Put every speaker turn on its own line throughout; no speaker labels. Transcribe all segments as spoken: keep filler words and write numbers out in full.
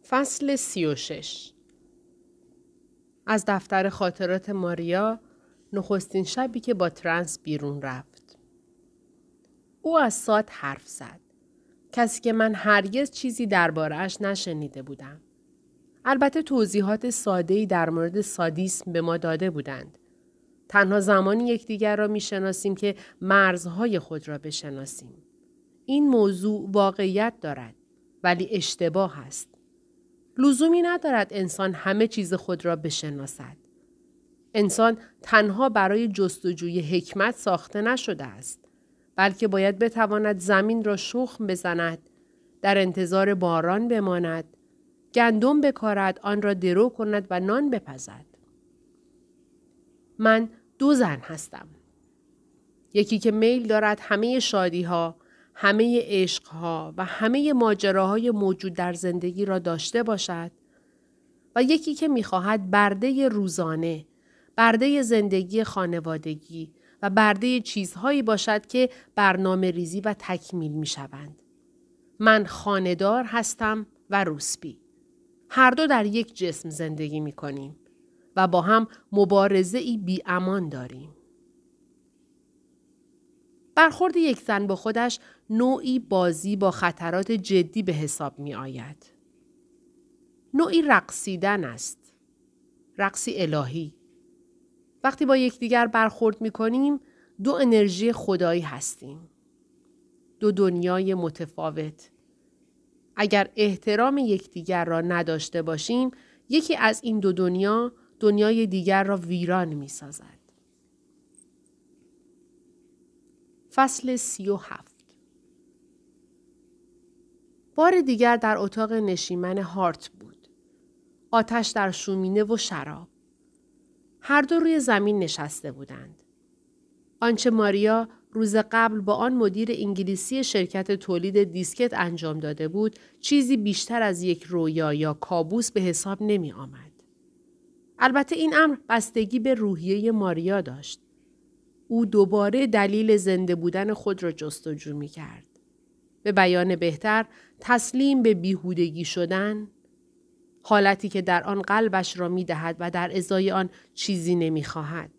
فصل سی و شش. از دفتر خاطرات ماریا، نخستین شبی که با ترنس بیرون رفت. او از ساد حرف زد. کسی که من هرگز چیزی درباره‌اش نشنیده بودم. البته توضیحات ساده‌ای در مورد سادیسم به ما داده بودند. تنها زمانی یکدیگر را می‌شناسیم که مرزهای خود را بشناسیم. این موضوع واقعیت دارد، ولی اشتباه است. لزومی ندارد انسان همه چیز خود را بشناسد. انسان تنها برای جستجوی حکمت ساخته نشده است، بلکه باید بتواند زمین را شخم بزند، در انتظار باران بماند، گندم بکارد، آن را درو کند و نان بپزد. من دو زن هستم. یکی که میل دارد همه شادی‌ها، همه عشق‌ها و همه ماجراهای موجود در زندگی را داشته باشد و یکی که می‌خواهد برده روزانه، برده زندگی خانوادگی و برده چیزهایی باشد که برنامه ریزی و تکمیل می‌شوند. من خانه‌دار هستم و روسپی. هر دو در یک جسم زندگی می‌کنیم و با هم مبارزه‌ای بی امان داریم. برخورد یک زن با خودش نوعی بازی با خطرات جدی به حساب می آید. نوعی رقصیدن است. رقصی الهی. وقتی با یکدیگر برخورد می کنیم، دو انرژی خدایی هستیم. دو دنیای متفاوت. اگر احترام یکدیگر را نداشته باشیم، یکی از این دو دنیا، دنیای دیگر را ویران می سازد. فصل سی و هفت. بار دیگر در اتاق نشیمن هارت بود. آتش در شومینه و شراب. هر دو روی زمین نشسته بودند. آنچه ماریا روز قبل با آن مدیر انگلیسی شرکت تولید دیسکت انجام داده بود، چیزی بیشتر از یک رویا یا کابوس به حساب نمی آمد. البته این امر بستگی به روحیه ماریا داشت. او دوباره دلیل زنده بودن خود را جستجو می کرد. به بیان بهتر، تسلیم به بیهودگی شدن، حالتی که در آن قلبش را می دهد و در ازای آن چیزی نمی خواهد.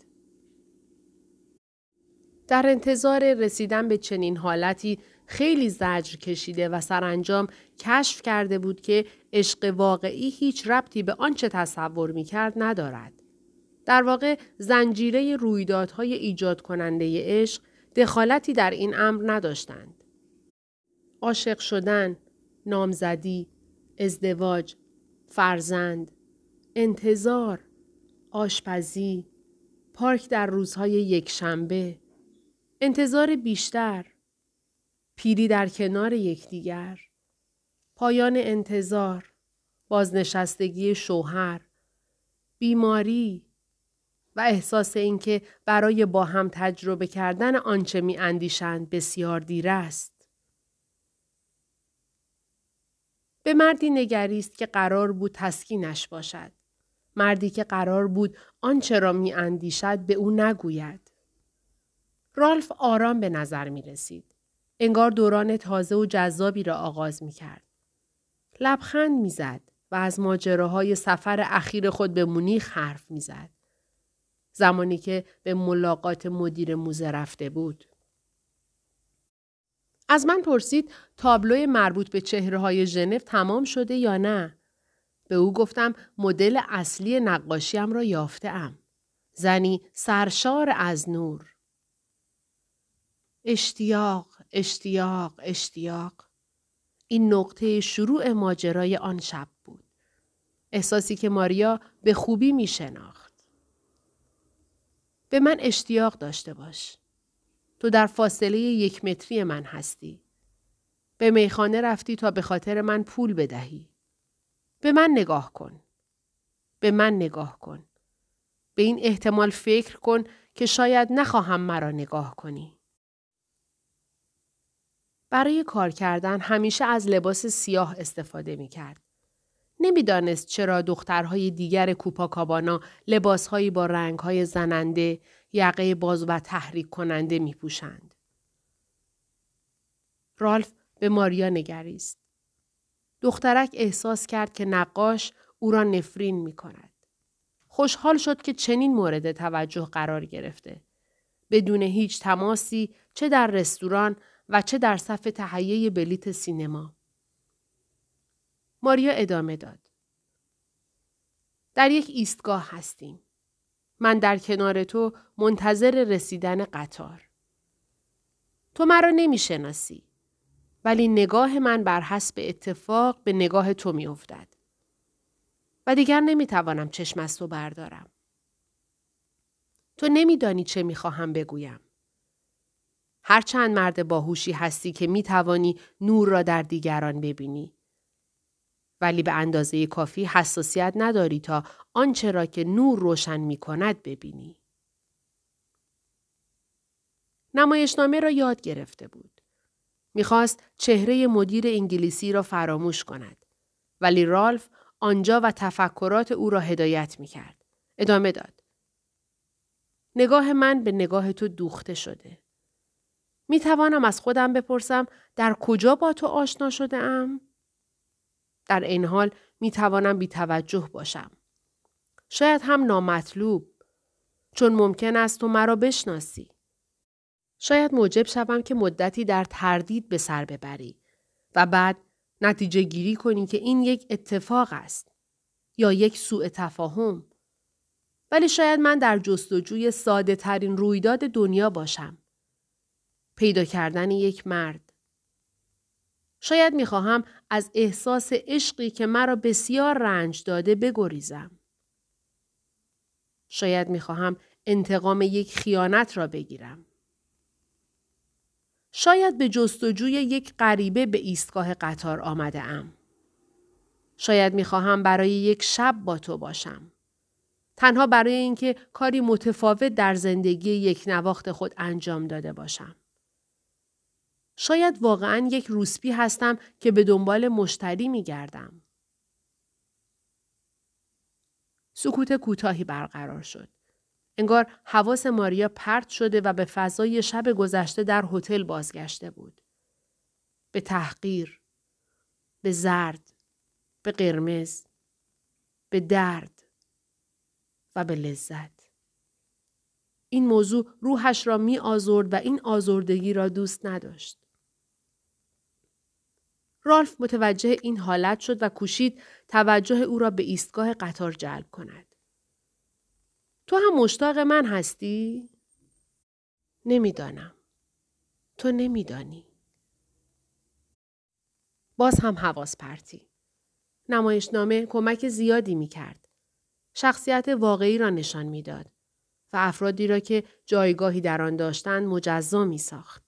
در انتظار رسیدن به چنین حالتی خیلی زجر کشیده و سرانجام کشف کرده بود که عشق واقعی هیچ ربطی به آنچه تصور می کرد ندارد. در واقع زنجیره رویدادهای ایجاد کننده عشق دخالتی در این امر نداشتند. عاشق شدن، نامزدی، ازدواج، فرزند، انتظار، آشپزی، پارک در روزهای یکشنبه، انتظار بیشتر، پیری در کنار یکدیگر، پایان انتظار، بازنشستگی شوهر، بیماری و احساس اینکه برای با هم تجربه کردن آنچه می اندیشند بسیار دیر است. به مردی نگریست که قرار بود تسکینش باشد. مردی که قرار بود آنچه را می اندیشد به او نگوید. رالف آرام به نظر می رسید. انگار دوران تازه و جذابی را آغاز می کرد. لبخند می زد و از ماجراهای سفر اخیر خود به مونیخ حرف می زد. زمانی که به ملاقات مدیر موزه رفته بود. از من پرسید تابلو مربوط به چهره‌های ژنو تمام شده یا نه؟ به او گفتم مدل اصلی نقاشیم را یافته‌ام. زنی سرشار از نور. اشتیاق، اشتیاق، اشتیاق. این نقطه شروع ماجرای آن شب بود. احساسی که ماریا به خوبی می شناخت. به من اشتیاق داشته باش. تو در فاصله یک متری من هستی. به میخانه رفتی تا به خاطر من پول بدهی. به من نگاه کن. به من نگاه کن. به این احتمال فکر کن که شاید نخواهم مرا نگاه کنی. برای کار کردن همیشه از لباس سیاه استفاده می کرد. نمی دانست چرا دخترهای دیگر کوپاکابانا لباسهایی با رنگهای زننده، یقه باز و تحریک کننده می پوشند. رالف به ماریا نگریست. دخترک احساس کرد که نقاش او را نفرین می کند. خوشحال شد که چنین مورد توجه قرار گرفته. بدون هیچ تماسی چه در رستوران و چه در صف تهیه بلیت سینما. ماریا ادامه داد. در یک ایستگاه هستیم. من در کنار تو منتظر رسیدن قطار. تو مرا نمی شناسی. ولی نگاه من بر حسب اتفاق به نگاه تو می افتد. و دیگر نمی توانم چشم از تو بردارم. تو نمی دانی چه می خواهم بگویم. هرچند مرد باهوشی هستی که می توانی نور را در دیگران ببینی. ولی به اندازه کافی حساسیت نداری تا آنچه را که نور روشن می کند ببینی. نمایشنامه را یاد گرفته بود. میخواست چهره مدیر انگلیسی را فراموش کند. ولی رالف آنجا و تفکرات او را هدایت میکرد. ادامه داد. نگاه من به نگاه تو دوخته شده. میتوانم از خودم بپرسم در کجا با تو آشنا شده ام؟ در این حال میتوانم بی توجه باشم. شاید هم نامطلوب. چون ممکن است تو مرا بشناسی. شاید موجب شوم که مدتی در تردید به سر ببری و بعد نتیجه گیری کنی که این یک اتفاق است یا یک سوء تفاهم. ولی شاید من در جستجوی ساده ترین رویداد دنیا باشم. پیدا کردن یک مرد. شاید میخواهم از احساس عشقی که مرا بسیار رنج داده بگریزم. شاید میخواهم انتقام یک خیانت را بگیرم. شاید به جستجوی یک غریبه به ایستگاه قطار آمده ام. شاید میخواهم برای یک شب با تو باشم. تنها برای اینکه کاری متفاوت در زندگی یک نواخت خود انجام داده باشم. شاید واقعاً یک روسپی هستم که به دنبال مشتری میگردم. سکوت کوتاهی برقرار شد. انگار حواس ماریا پرت شده و به فضای شب گذشته در هتل بازگشته بود. به تحقیر، به زرد، به قرمز، به درد و به لذت. این موضوع روحش را می آزرد و این آزردگی را دوست نداشت. رالف متوجه این حالت شد و کوشید توجه او را به ایستگاه قطار جلب کند. تو هم مشتاق من هستی؟ نمیدانم. تو نمیدانی. باز هم حواس پرتی. نمایشنامه کمک زیادی می کرد. شخصیت واقعی را نشان می داد و افرادی را که جایگاهی در آن داشتند مجزا می ساخت.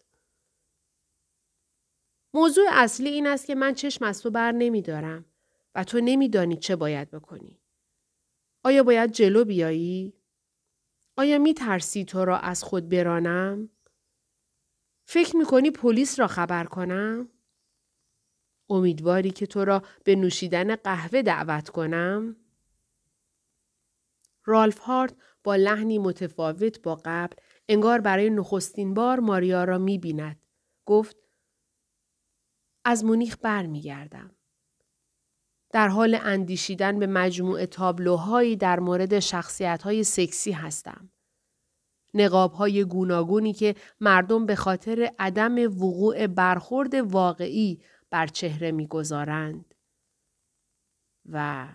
موضوع اصلی این است که من چشم از تو بر نمی دارم و تو نمی دانی چه باید بکنی. آیا باید جلو بیایی؟ آیا می ترسی تو را از خود برانم؟ فکر می کنی پلیس را خبر کنم؟ امیدواری که تو را به نوشیدن قهوه دعوت کنم؟ رالف هارت با لحنی متفاوت با قبل انگار برای نخستین بار ماریا را می بیند. گفت از مونیخ بر می گردم. در حال اندیشیدن به مجموعه تابلوهایی در مورد شخصیت‌های سکسی هستم. نقاب‌های گوناگونی که مردم به خاطر عدم وقوع برخورد واقعی بر چهره می‌گذارند. و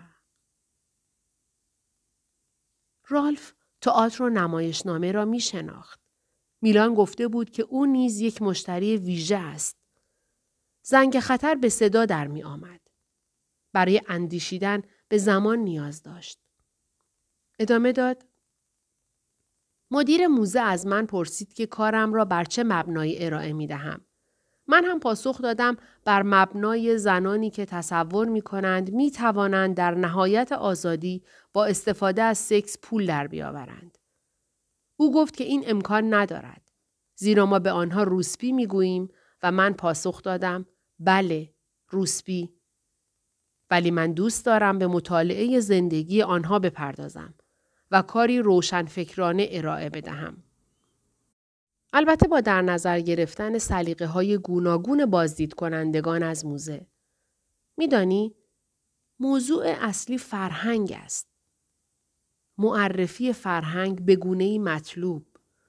رالف تئاتر و نمایشنامه را می‌شناخت. میلان گفته بود که او نیز یک مشتری ویژه است. زنگ خطر به صدا در می آمد. برای اندیشیدن به زمان نیاز داشت. ادامه داد. مدیر موزه از من پرسید که کارم را بر چه مبنایی ارائه می دهم. من هم پاسخ دادم بر مبنای زنانی که تصور می کنند می توانند در نهایت آزادی با استفاده از سکس پول در بیاورند. او گفت که این امکان ندارد. زیرا ما به آنها روسپی می گوییم و من پاسخ دادم بله روسپی. ولی من دوست دارم به مطالعه زندگی آنها بپردازم و کاری روشنفکرانه ارائه بدهم. البته با در نظر گرفتن سلیقه‌های گوناگون بازدید کنندگان از موزه. میدانی؟ موضوع اصلی فرهنگ است. معرفی فرهنگ به گونه‌ای مطلوب.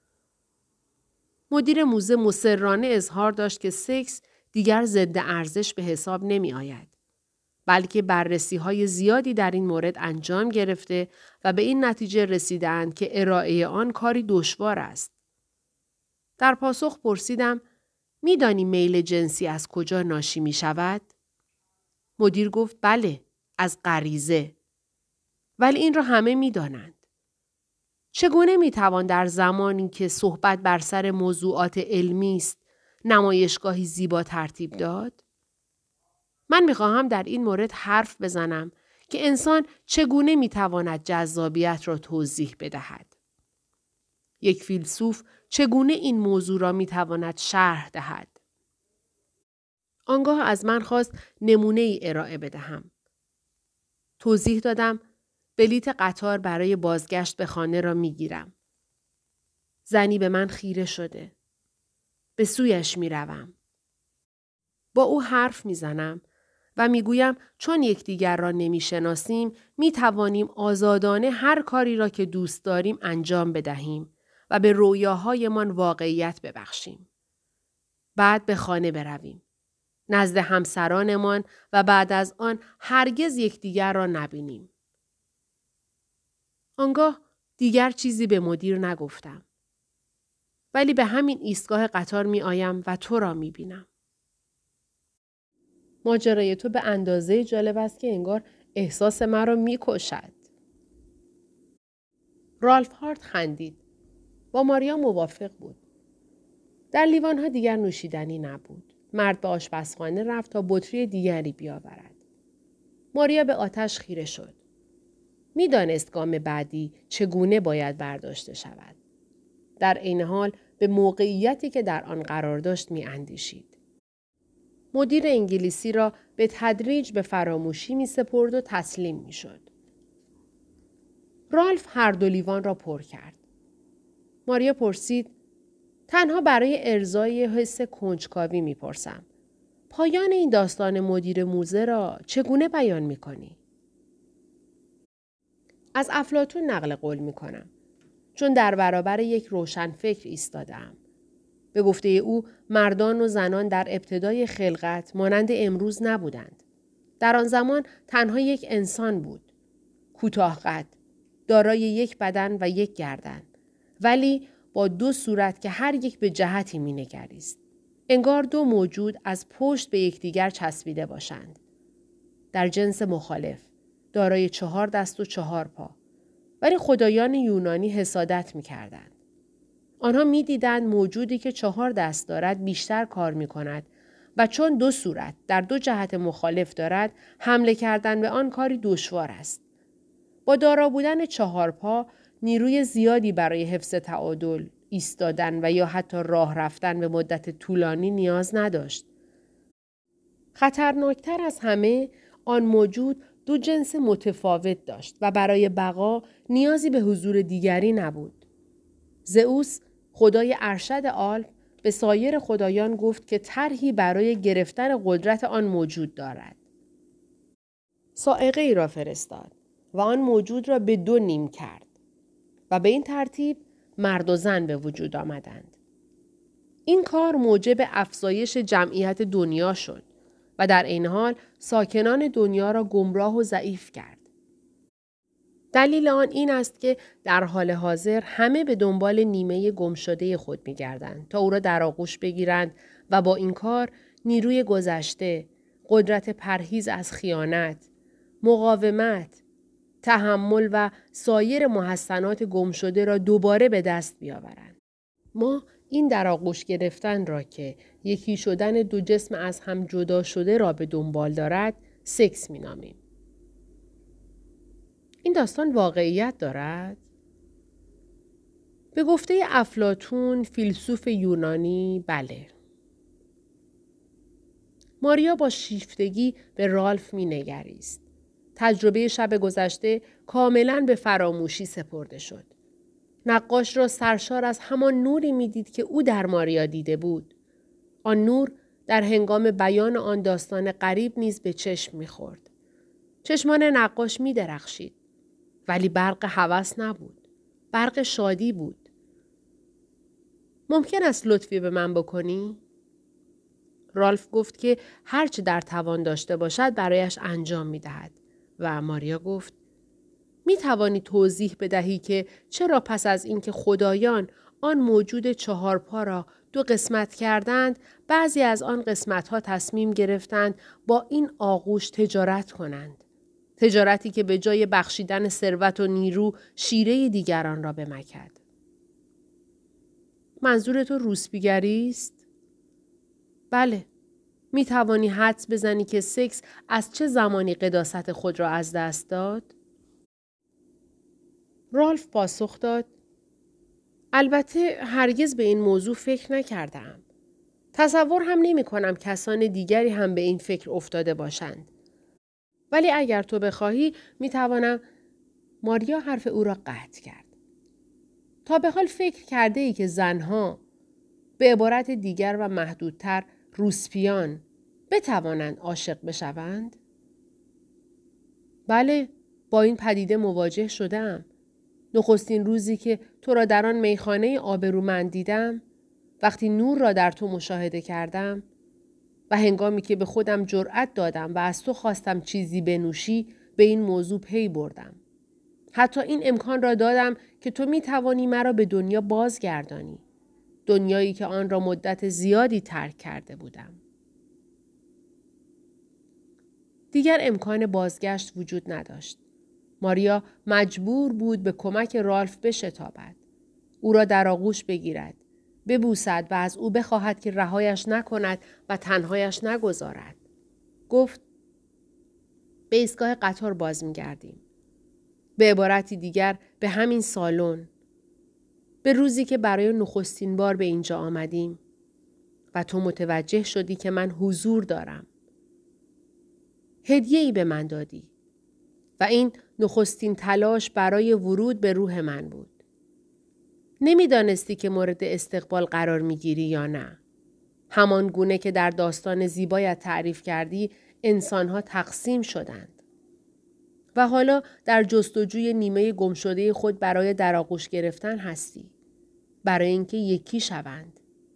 مدیر موزه مصرانه اظهار داشت که سکس دیگر ضد ارزش به حساب نمی آید. بلکه بررسی های زیادی در این مورد انجام گرفته و به این نتیجه رسیدند که ارائه آن کاری دشوار است. در پاسخ پرسیدم میدانی میل جنسی از کجا ناشی می شود؟ مدیر گفت بله، از غریزه. ولی این را همه می دانند. چگونه می توان در زمانی که صحبت بر سر موضوعات علمی است نمایشگاهی زیبا ترتیب داد؟ من می خواهم در این مورد حرف بزنم که انسان چگونه می تواند جذابیت را توضیح بدهد. یک فیلسوف چگونه این موضوع را می تواند شرح دهد. آنگاه از من خواست نمونه ای ارائه بدهم. توضیح دادم بلیت قطار برای بازگشت به خانه را می گیرم. زنی به من خیره شده. به سویش می روم. با او حرف می زنم و می گویم چون یکدیگر را نمی شناسیم می توانیم آزادانه هر کاری را که دوست داریم انجام بدهیم و به رویاهایمان واقعیت ببخشیم. بعد به خانه برویم. نزد همسرانمان و بعد از آن هرگز یکدیگر را نبینیم. آنگاه دیگر چیزی به مدیر نگفتم. ولی به همین ایستگاه قطار می آیم و تو را می بینم. ماجرای تو به اندازه جالب است که انگار احساس مرا می کشد. رالف هارت خندید. با ماریا موافق بود. در لیوانها دیگر نوشیدنی نبود. مرد به آشپزخانه رفت تا بطری دیگری بیاورد. ماریا به آتش خیره شد. می دانست گام بعدی چگونه باید برداشته شود. در عین حال به موقعیتی که در آن قرار داشت می اندیشید. مدیر انگلیسی را به تدریج به فراموشی می سپرد و تسلیم می شد. رالف هر دو لیوان را پر کرد. ماریا پرسید تنها برای ارضای حس کنجکاوی می پرسم. پایان این داستان مدیر موزه را چگونه بیان می کنی؟ از افلاطون نقل قول می کنم. چون در برابر یک روشنفکر ایستاده‌ام. به گفته او مردان و زنان در ابتدای خلقت مانند امروز نبودند. در آن زمان تنها یک انسان بود. کوتاه قد، دارای یک بدن و یک گردن. ولی با دو صورت که هر یک به جهتی می‌نگریست. انگار دو موجود از پشت به یکدیگر چسبیده باشند. در جنس مخالف، دارای چهار دست و چهار پا. ولی خدایان یونانی حسادت می‌کردند. آنها می‌دیدند موجودی که چهار دست دارد بیشتر کار می‌کند و چون دو صورت در دو جهت مخالف دارد حمله کردن به آن کاری دشوار است. با دارا بودن چهار پا نیروی زیادی برای حفظ تعادل، ایستادن و یا حتی راه رفتن به مدت طولانی نیاز نداشت. خطرناکتر از همه آن موجود دو جنس متفاوت داشت و برای بقا نیازی به حضور دیگری نبود. زئوس، خدای ارشد آلپ، به سایر خدایان گفت که طرحی برای گرفتن قدرت آن موجود دارد. صاعقه ای را فرستاد و آن موجود را به دو نیم کرد و به این ترتیب مرد و زن به وجود آمدند. این کار موجب افزایش جمعیت دنیا شد و در این حال ساکنان دنیا را گمراه و ضعیف کرد. دلیل آن این است که در حال حاضر همه به دنبال نیمه گمشده خود می‌گردند تا او را در آغوش بگیرند و با این کار نیروی گذشته، قدرت پرهیز از خیانت، مقاومت، تحمل و سایر محسنات گمشده را دوباره به دست بیاورند. ما این در آغوش گرفتن را که یکی شدن دو جسم از هم جدا شده را به دنبال دارد، سکس می‌نامیم. این داستان واقعیت دارد؟ به گفته افلاطون، فیلسوف یونانی، بله. ماریا با شیفتگی به رالف می نگریست. تجربه شب گذشته کاملاً به فراموشی سپرده شد. نقاش را سرشار از همان نوری می دید که او در ماریا دیده بود. آن نور در هنگام بیان آن داستان غریب نیز به چشم می‌خورد. چشمان نقاش می‌درخشید. ولی برق هوس نبود. برق شادی بود. ممکن است لطفی به من بکنی؟ رالف گفت که هرچه در توان داشته باشد برایش انجام می‌دهد و ماریا گفت می توانی توضیح بدهی که چرا پس از اینکه خدایان آن موجود چهارپا را دو قسمت کردند، بعضی از آن قسمت‌ها تصمیم گرفتند با این آغوش تجارت کنند. تجارتی که به جای بخشیدن ثروت و نیرو شیره دیگران را بمکد. منظور تو روسپیگری است؟ بله. می توانی حدس بزنی که سکس از چه زمانی قداست خود را از دست داد؟ رالف پاسخ داد البته هرگز به این موضوع فکر نکردم. تصور هم نمی کنم کسان دیگری هم به این فکر افتاده باشند. ولی اگر تو بخواهی می توانم. ماریا حرف او را قطع کرد. تا به حال فکر کرده ای که زنها به عبارت دیگر و محدودتر روسپیان بتوانند عاشق بشوند؟ بله، با این پدیده مواجه شدم. نخستین روزی که تو را در آن میخانه آبرومند دیدم، وقتی نور را در تو مشاهده کردم و هنگامی که به خودم جرأت دادم و از تو خواستم چیزی بنوشی، به این موضوع پی بردم. حتی این امکان را دادم که تو می توانی مرا به دنیا بازگردانی. دنیایی که آن را مدت زیادی ترک کرده بودم. دیگر امکان بازگشت وجود نداشت. ماریا مجبور بود به کمک رالف بشتابد. او را در آغوش بگیرد، ببوسد و از او بخواهد که رهایش نکند و تنهایش نگذارد. گفت به ایستگاه قطار باز می‌گردیم. به عبارتی دیگر به همین سالن. به روزی که برای نخستین بار به اینجا آمدیم و تو متوجه شدی که من حضور دارم. هدیه‌ای به من دادی و این نخستین تلاش برای ورود به روح من بود. نمیدانستی که مورد استقبال قرار میگیری یا نه. همان گونه که در داستان زیبایت تعریف کردی، انسانها تقسیم شدند. و حالا در جستجوی نیمه گمشده خود برای در آغوش گرفتن هستی. برای اینکه یکی شوند.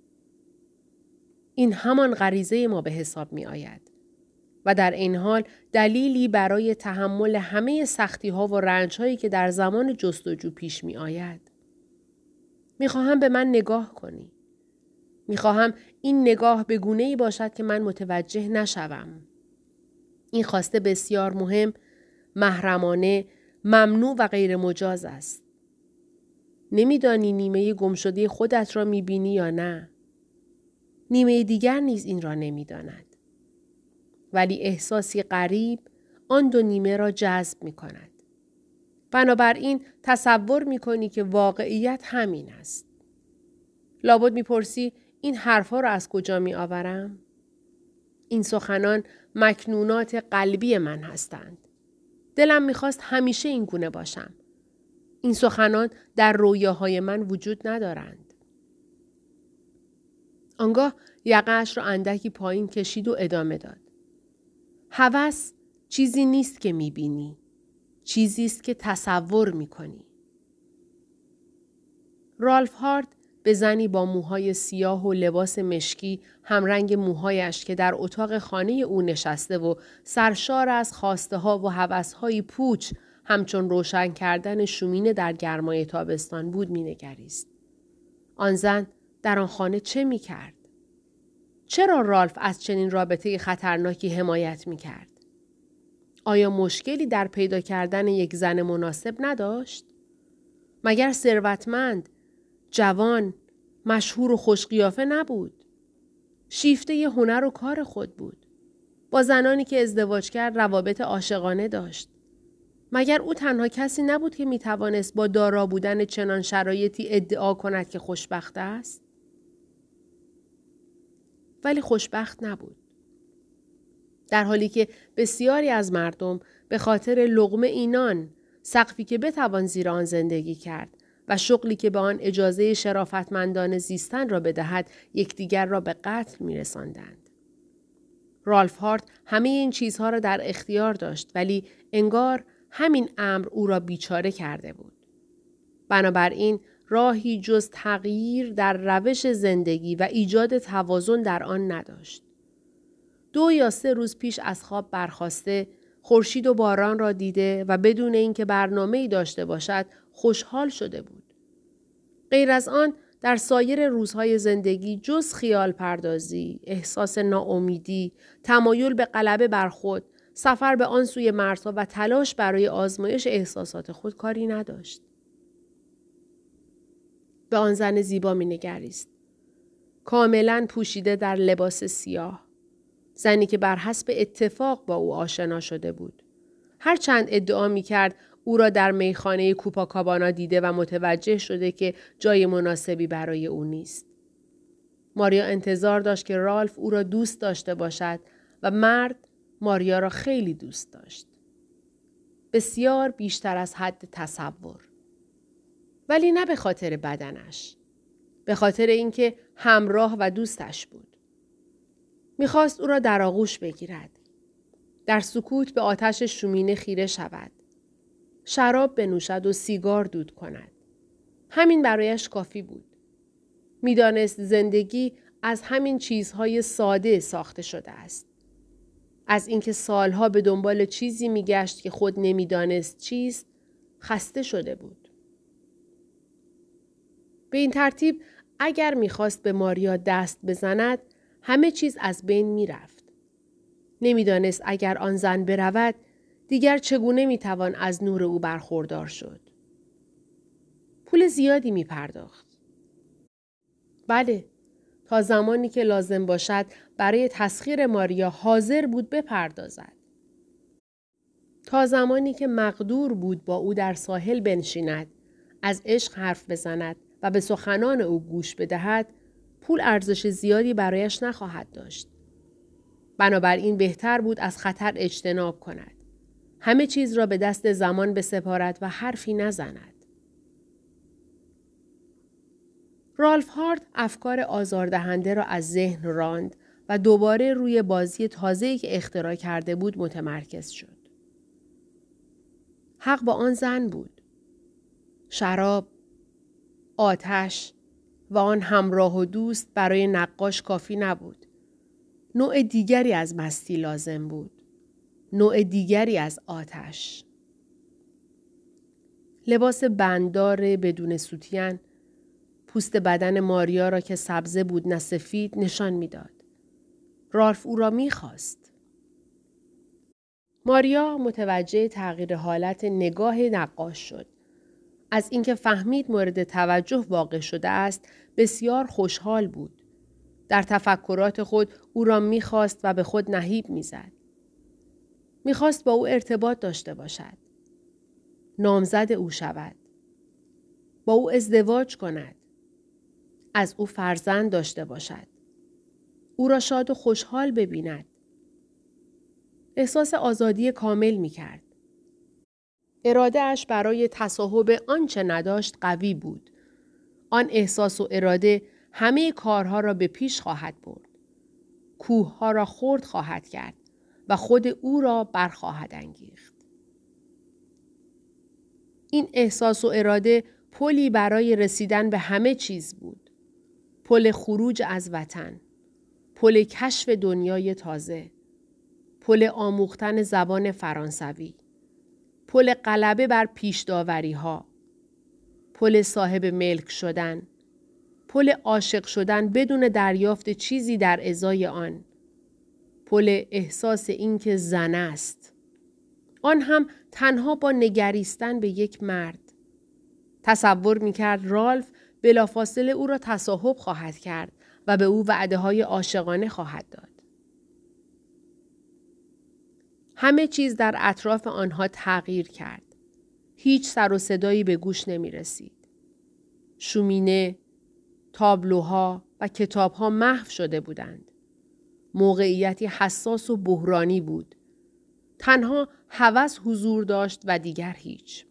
این همان غریزه ما به حساب می آید. و در این حال دلیلی برای تحمل همه سختی ها و رنج هایی که در زمان جستجو پیش می آید. می خواهم به من نگاه کنی. می خواهم این نگاه به گونه‌ای باشد که من متوجه نشوم. این خواسته بسیار مهم، محرمانه، ممنوع و غیر مجاز است. نمیدانی نیمه گمشده خودت را می بینی یا نه؟ نیمه دیگر نیز این را نمیداند. ولی احساسی غریب آن دو نیمه را جذب می کند. بنابراین تصور می کنی که واقعیت همین است. لابد می پرسی این حرفا را از کجا می آورم؟ این سخنان مکنونات قلبی من هستند. دلم می خواست همیشه این گونه باشم. این سخنان در رویاهای من وجود ندارند. آنگاه یقه‌اش را اندکی پایین کشید و ادامه داد. هوس چیزی نیست که می بینی. چیزی است که تصور می کنی. رالف هارت به زنی با موهای سیاه و لباس مشکی همرنگ موهایش که در اتاق خانه او نشسته و سرشار از خواسته ها و هوس‌های پوچ همچون روشن کردن شومینه در گرمای تابستان بود می نگریست. آن زن در آن خانه چه می کرد؟ چرا رالف از چنین رابطه خطرناکی حمایت می کرد؟ آیا مشکلی در پیدا کردن یک زن مناسب نداشت؟ مگر ثروتمند، جوان، مشهور و خوشقیافه نبود؟ شیفته ی هنر و کار خود بود. با زنانی که ازدواج کرد روابط عاشقانه داشت. مگر او تنها کسی نبود که می توانست با دارا بودن چنان شرایطی ادعا کند که خوشبخت است؟ ولی خوشبخت نبود. در حالی که بسیاری از مردم به خاطر لقمه اینان، سقفی که بتوان زیر آن زندگی کرد و شغلی که به آن اجازه شرافتمندانه زیستن را بدهد، یکدیگر را به قتل می رساندند. رالف هارت همه این چیزها را در اختیار داشت ولی انگار همین امر او را بیچاره کرده بود. بنابراین راهی جز تغییر در روش زندگی و ایجاد توازن در آن نداشت. دو یا سه روز پیش از خواب برخاسته، خورشید و باران را دیده و بدون اینکه برنامه‌ای داشته باشد خوشحال شده بود. غیر از آن در سایر روزهای زندگی جز خیال پردازی، احساس ناامیدی، تمایل به غلبه بر خود، سفر به آن سوی مرزها و تلاش برای آزمایش احساسات خود کاری نداشت. به آن زن زیبا می نگریست. کاملا پوشیده در لباس سیاه. زنی که بر حسب اتفاق با او آشنا شده بود. هرچند ادعا می کرد او را در میخانه کوپاکابانا دیده و متوجه شده که جای مناسبی برای او نیست. ماریا انتظار داشت که رالف او را دوست داشته باشد و مرد ماریا را خیلی دوست داشت. بسیار بیشتر از حد تصور. ولی نه به خاطر بدنش. به خاطر اینکه همراه و دوستش بود. میخواست او را در آغوش بگیرد. در سکوت به آتش شومینه خیره شود. شراب بنوشد و سیگار دود کند. همین برایش کافی بود. میدانست زندگی از همین چیزهای ساده ساخته شده است. از اینکه سالها به دنبال چیزی میگشت که خود نمیدانست چیست، خسته شده بود. به این ترتیب اگر میخواست به ماریا دست بزند، همه چیز از بین میرفت. نمیدانست اگر آن زن برود، دیگر چگونه میتوان از نور او برخوردار شد. پول زیادی میپرداخت. بله، تا زمانی که لازم باشد برای تسخیر ماریا حاضر بود بپردازد. تا زمانی که مقدور بود با او در ساحل بنشیند، از عشق حرف بزند و به سخنان او گوش بدهد، پول ارزش زیادی برایش نخواهد داشت. بنابراین بهتر بود از خطر اجتناب کند. همه چیز را به دست زمان بسپارد و حرفی نزند. رالف هارت افکار آزاردهنده را از ذهن راند و دوباره روی بازی تازه‌ای که اختراع کرده بود متمرکز شد. حق با آن زن بود. شراب، آتش و آن همراه و دوست برای نقاش کافی نبود. نوع دیگری از مستی لازم بود. نوع دیگری از آتش. لباس بنددار بدون سوتین، پوست بدن ماریا را که سبزه بود نه سفید نشان میداد. رالف او را میخواست. ماریا متوجه تغییر حالت نگاه نقاش شد. از اینکه فهمید مورد توجه واقع شده است بسیار خوشحال بود. در تفکرات خود او را میخواست و به خود نهیب میزد. میخواست با او ارتباط داشته باشد. نامزد او شود. با او ازدواج کند. از او فرزند داشته باشد. او را شاد و خوشحال ببیند. احساس آزادی کامل می کرد. اراده اش برای تصاحب آنچه نداشت قوی بود. آن احساس و اراده همه کارها را به پیش خواهد برد. کوهها را خرد خواهد کرد و خود او را برخواهد انگیخت. این احساس و اراده پلی برای رسیدن به همه چیز بود. پل خروج از وطن. پل کشف دنیای تازه. پل آموختن زبان فرانسوی. پل غلبه بر پیش داوری ها. پل صاحب ملک شدن. پل عاشق شدن بدون دریافت چیزی در ازای آن. پل احساس اینکه زن است. آن هم تنها با نگریستن به یک مرد. تصور میکرد رالف بلافاصله او را تصاحب خواهد کرد و به او وعده های عاشقانه خواهد داد. همه چیز در اطراف آنها تغییر کرد. هیچ سر و صدایی به گوش نمی رسید. شومینه، تابلوها و کتابها محو شده بودند. موقعیتی حساس و بحرانی بود. تنها هوس حضور داشت و دیگر هیچ.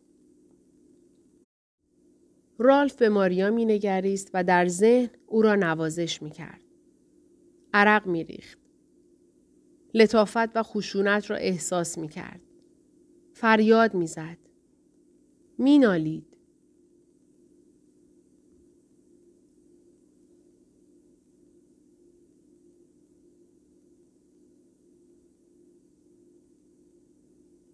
رالف به ماریا می نگریست و در ذهن او را نوازش می کرد. عرق می ریخت. لطافت و خشونت را احساس می کرد. فریاد می زد. می نالید.